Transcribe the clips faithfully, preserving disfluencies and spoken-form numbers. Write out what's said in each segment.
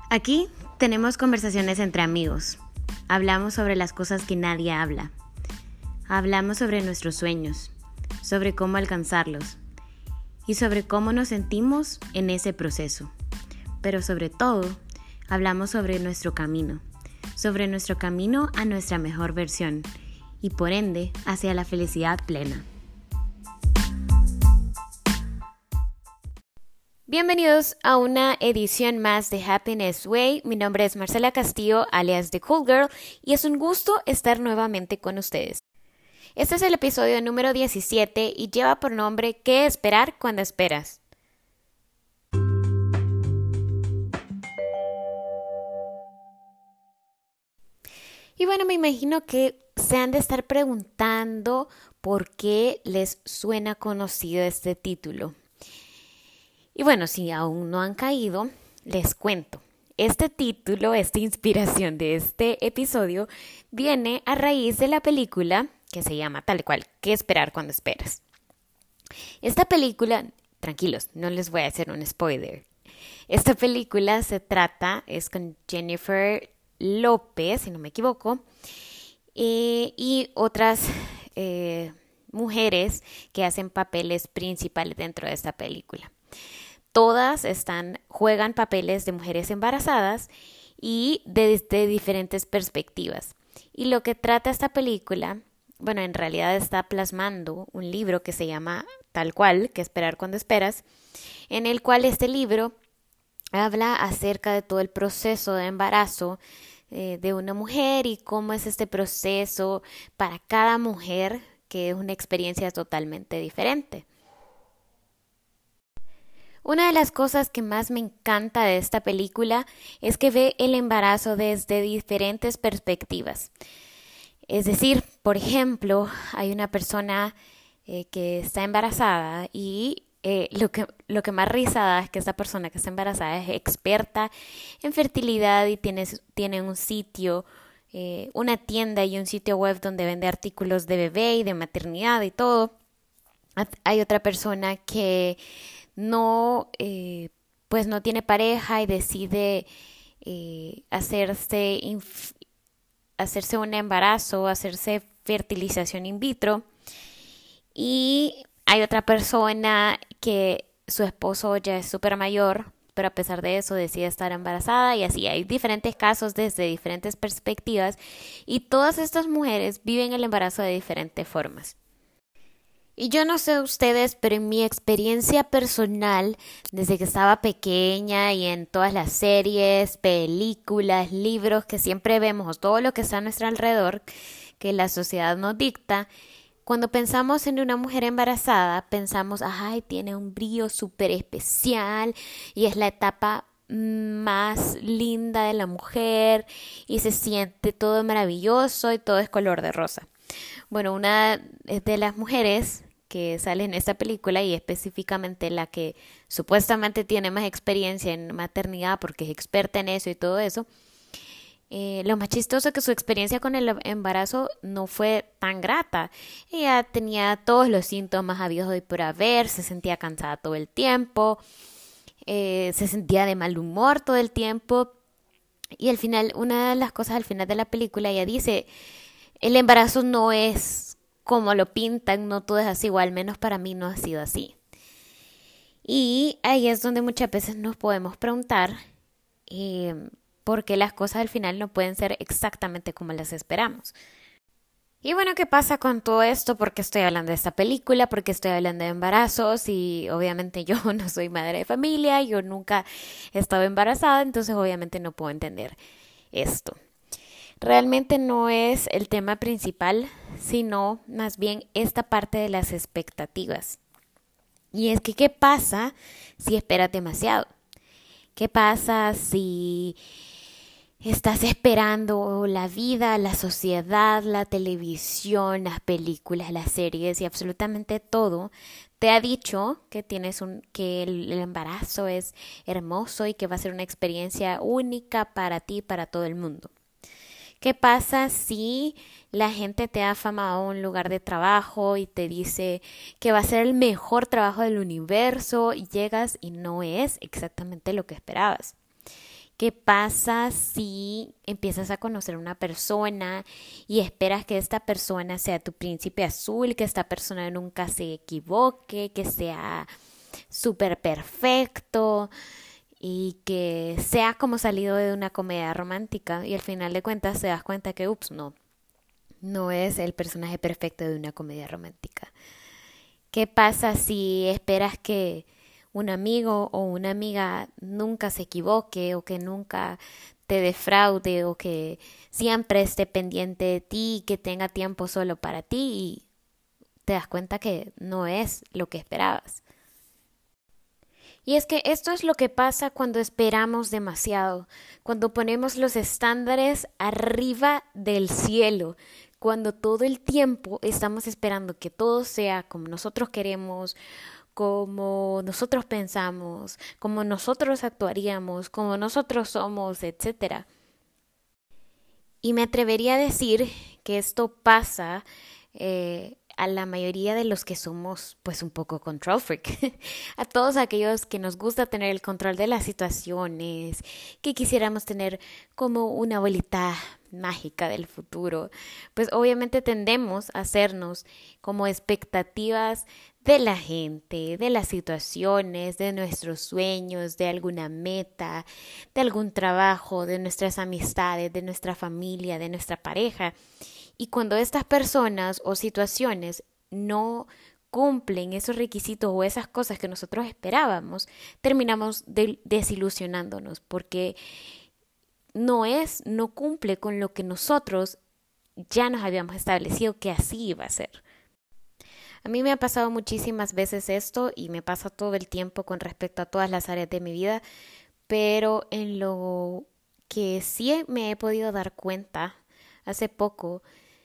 Aquí tenemos conversaciones entre amigos. Hablamos sobre las cosas que nadie habla. Hablamos sobre nuestros sueños, sobre cómo alcanzarlos y sobre cómo nos sentimos en ese proceso. Pero sobre todo, hablamos sobre nuestro camino, sobre nuestro camino a nuestra mejor versión y por ende hacia la felicidad plena. Bienvenidos a una edición más de Happiness Way. Mi nombre es Marcela Castillo, alias The Cool Girl, y es un gusto estar nuevamente con ustedes. Este es el episodio número diecisiete y lleva por nombre ¿Qué esperar cuando esperas? Y bueno, me imagino que se han de estar preguntando por qué les suena conocido este título. Y bueno, si aún no han caído, les cuento. Este título, esta inspiración de este episodio, viene a raíz de la película que se llama tal cual, ¿Qué esperar cuando esperas? Esta película, tranquilos, no les voy a hacer un spoiler. Esta película se trata, es con Jennifer López, si no me equivoco, eh, y otras eh, mujeres que hacen papeles principales dentro de esta película. Todas están, juegan papeles de mujeres embarazadas y desde diferentes perspectivas. Y lo que trata esta película, bueno, en realidad está plasmando un libro que se llama tal cual, ¿Qué esperar cuando esperas?, en el cual este libro habla acerca de todo el proceso de embarazo eh, de una mujer y cómo es este proceso para cada mujer, que es una experiencia totalmente diferente. Una de las cosas que más me encanta de esta película es que ve el embarazo desde diferentes perspectivas. Es decir, por ejemplo, hay una persona eh, que está embarazada y eh, lo que, lo que más risa da es que esta persona que está embarazada es experta en fertilidad y tiene, tiene un sitio, eh, una tienda y un sitio web donde vende artículos de bebé y de maternidad y todo. Hay otra persona que no, eh, pues no tiene pareja y decide eh, hacerse, inf- hacerse un embarazo, hacerse fertilización in vitro. Y hay otra persona que su esposo ya es súper mayor, pero a pesar de eso decide estar embarazada y así. Hay diferentes casos desde diferentes perspectivas y todas estas mujeres viven el embarazo de diferentes formas. Y yo no sé ustedes, pero en mi experiencia personal, desde que estaba pequeña y en todas las series, películas, libros que siempre vemos, todo lo que está a nuestro alrededor, que la sociedad nos dicta, cuando pensamos en una mujer embarazada, pensamos, ay, tiene un brillo súper especial y es la etapa más linda de la mujer y se siente todo maravilloso y todo es color de rosa. Bueno, una de las mujeres que sale en esta película y específicamente la que supuestamente tiene más experiencia en maternidad porque es experta en eso y todo eso, eh, lo más chistoso es que su experiencia con el embarazo no fue tan grata. Ella tenía todos los síntomas habidos y por haber, se sentía cansada todo el tiempo, eh, se sentía de mal humor todo el tiempo y al final, una de las cosas al final de la película ella dice, el embarazo no es como lo pintan, no todo es así, o al menos para mí no ha sido así. Y ahí es donde muchas veces nos podemos preguntar eh, por qué las cosas al final no pueden ser exactamente como las esperamos. Y bueno, ¿qué pasa con todo esto? ¿Por qué estoy hablando de esta película? ¿Por qué estoy hablando de embarazos? Y obviamente yo no soy madre de familia, yo nunca he estado embarazada, entonces obviamente no puedo entender esto. Realmente no es el tema principal, sino más bien esta parte de las expectativas. Y es que, ¿qué pasa si esperas demasiado? ¿Qué pasa si estás esperando la vida, la sociedad, la televisión, las películas, las series y absolutamente todo te ha dicho que tienes un, que el, el embarazo es hermoso y que va a ser una experiencia única para ti, para todo el mundo? ¿Qué pasa si la gente te ha afamado a un lugar de trabajo y te dice que va a ser el mejor trabajo del universo y llegas y no es exactamente lo que esperabas? ¿Qué pasa si empiezas a conocer a una persona y esperas que esta persona sea tu príncipe azul, que esta persona nunca se equivoque, que sea súper perfecto y que sea como salido de una comedia romántica y al final de cuentas te das cuenta que, ups, no, no es el personaje perfecto de una comedia romántica? ¿Qué pasa si esperas que un amigo o una amiga nunca se equivoque o que nunca te defraude o que siempre esté pendiente de ti, que tenga tiempo solo para ti y te das cuenta que no es lo que esperabas? Y es que esto es lo que pasa cuando esperamos demasiado, cuando ponemos los estándares arriba del cielo, cuando todo el tiempo estamos esperando que todo sea como nosotros queremos, como nosotros pensamos, como nosotros actuaríamos, como nosotros somos, etcétera. Y me atrevería a decir que esto pasa eh, a la mayoría de los que somos pues un poco control freak, a todos aquellos que nos gusta tener el control de las situaciones, que quisiéramos tener como una bolita mágica del futuro, pues obviamente tendemos a hacernos como expectativas de la gente, de las situaciones, de nuestros sueños, de alguna meta, de algún trabajo, de nuestras amistades, de nuestra familia, de nuestra pareja. Y cuando estas personas o situaciones no cumplen esos requisitos o esas cosas que nosotros esperábamos, terminamos de- desilusionándonos porque no es, no cumple con lo que nosotros ya nos habíamos establecido que así iba a ser. A mí me ha pasado muchísimas veces esto y me pasa todo el tiempo con respecto a todas las áreas de mi vida, pero en lo que sí me he podido dar cuenta hace poco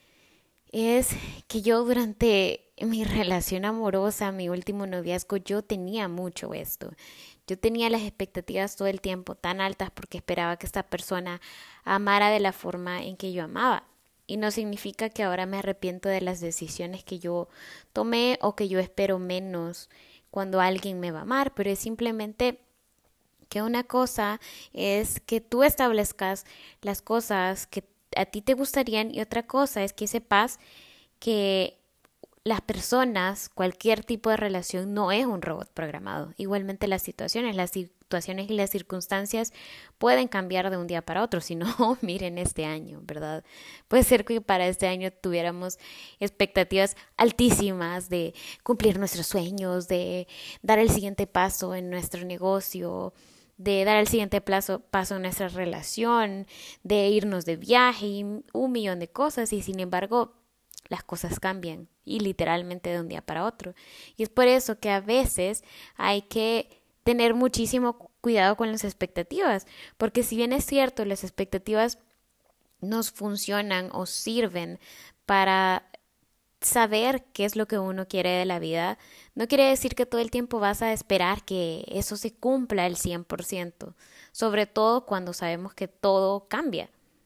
es que yo durante mi relación amorosa, mi último noviazgo, yo tenía mucho esto. Yo tenía las expectativas todo el tiempo tan altas porque esperaba que esta persona amara de la forma en que yo amaba. Y no significa que ahora me arrepiento de las decisiones que yo tomé o que yo espero menos cuando alguien me va a amar, pero es simplemente que una cosa es que tú establezcas las cosas que a ti te gustarían y otra cosa es que sepas que las personas, cualquier tipo de relación no es un robot programado. Igualmente las situaciones, las situaciones y las circunstancias pueden cambiar de un día para otro. Si no, miren este año, ¿verdad? Puede ser que para este año tuviéramos expectativas altísimas de cumplir nuestros sueños, de dar el siguiente paso en nuestro negocio, de dar el siguiente paso, paso en nuestra relación, de irnos de viaje y un millón de cosas y sin embargo las cosas cambian y literalmente de un día para otro. Y es por eso que a veces hay que tener muchísimo cuidado con las expectativas, porque si bien es cierto, las expectativas nos funcionan o sirven para saber qué es lo que uno quiere de la vida, no quiere decir que todo el tiempo vas a esperar que eso se cumpla al cien por ciento, sobre todo cuando sabemos que todo cambia.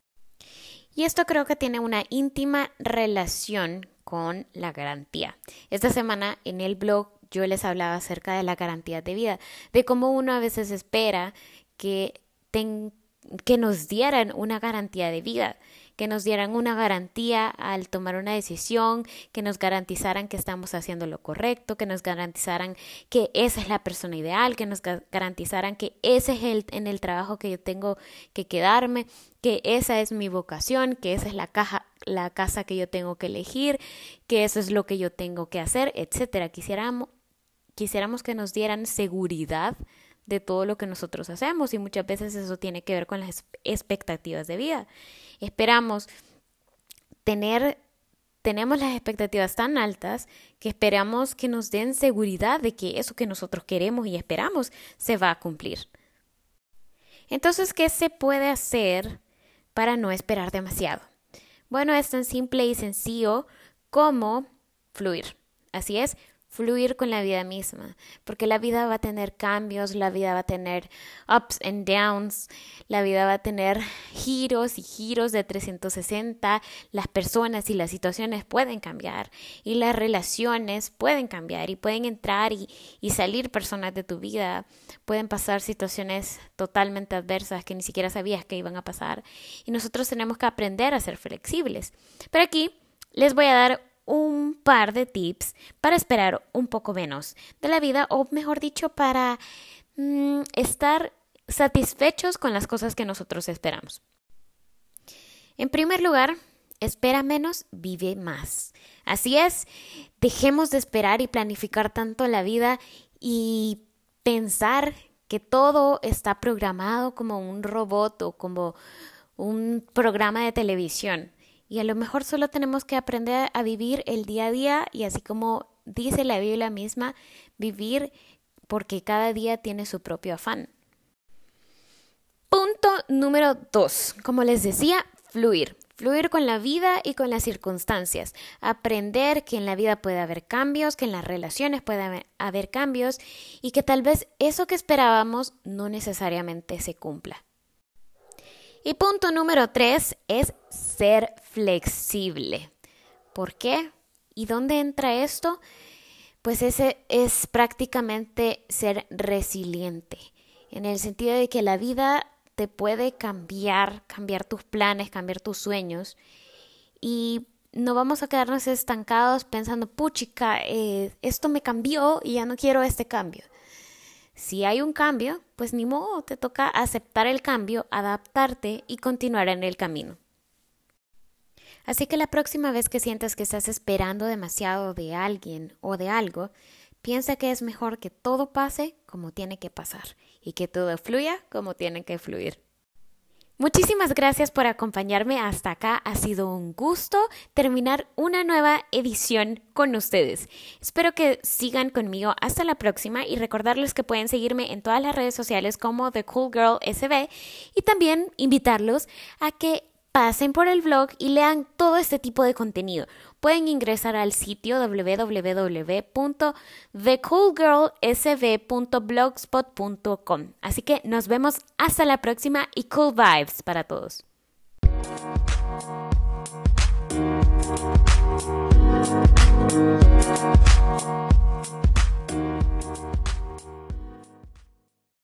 Y esto creo que tiene una íntima relación con la garantía. Esta semana en el blog yo les hablaba acerca de la garantía de vida, de cómo uno a veces espera que, ten, que nos dieran una garantía de vida, que nos dieran una garantía al tomar una decisión, que nos garantizaran que estamos haciendo lo correcto, que nos garantizaran que esa es la persona ideal, que nos garantizaran que ese es el en el trabajo que yo tengo que quedarme, que esa es mi vocación, que esa es la caja, la casa que yo tengo que elegir, que eso es lo que yo tengo que hacer, etcétera. Quisiéramos, quisiéramos que nos dieran seguridad de todo lo que nosotros hacemos y muchas veces eso tiene que ver con las expectativas de vida. Esperamos tener, tenemos las expectativas tan altas que esperamos que nos den seguridad de que eso que nosotros queremos y esperamos se va a cumplir. Entonces, ¿qué se puede hacer para no esperar demasiado? Bueno, es tan simple y sencillo como fluir. Así es, fluir con la vida misma, porque la vida va a tener cambios, la vida va a tener ups and downs, la vida va a tener giros y giros de trescientos sesenta, las personas y las situaciones pueden cambiar y las relaciones pueden cambiar y pueden entrar y, y salir personas de tu vida, pueden pasar situaciones totalmente adversas que ni siquiera sabías que iban a pasar y nosotros tenemos que aprender a ser flexibles. Pero aquí les voy a dar un par de tips para esperar un poco menos de la vida, o mejor dicho, para mm, estar satisfechos con las cosas que nosotros esperamos. En primer lugar, espera menos, vive más. Así es, dejemos de esperar y planificar tanto la vida y pensar que todo está programado como un robot o como un programa de televisión. Y a lo mejor solo tenemos que aprender a vivir el día a día y así como dice la Biblia misma, vivir porque cada día tiene su propio afán. Punto número dos. Como les decía, fluir. Fluir con la vida y con las circunstancias. Aprender que en la vida puede haber cambios, que en las relaciones puede haber, haber cambios y que tal vez eso que esperábamos no necesariamente se cumpla. Y punto número tres es ser flexible. ¿Por qué? ¿Y dónde entra esto? Pues ese es prácticamente ser resiliente, en el sentido de que la vida te puede cambiar, cambiar tus planes, cambiar tus sueños y no vamos a quedarnos estancados pensando, puchica, eh, esto me cambió y ya no quiero este cambio. Si hay un cambio, pues ni modo, te toca aceptar el cambio, adaptarte y continuar en el camino. Así que la próxima vez que sientas que estás esperando demasiado de alguien o de algo, piensa que es mejor que todo pase como tiene que pasar y que todo fluya como tiene que fluir. Muchísimas gracias por acompañarme hasta acá. Ha sido un gusto terminar una nueva edición con ustedes. Espero que sigan conmigo hasta la próxima y recordarles que pueden seguirme en todas las redes sociales como The Cool Girl S B y también invitarlos a que pasen por el blog y lean todo este tipo de contenido. Pueden ingresar al sitio doble u doble u doble u punto the cool girl s b punto blogspot punto com. Así que nos vemos hasta la próxima y cool vibes para todos.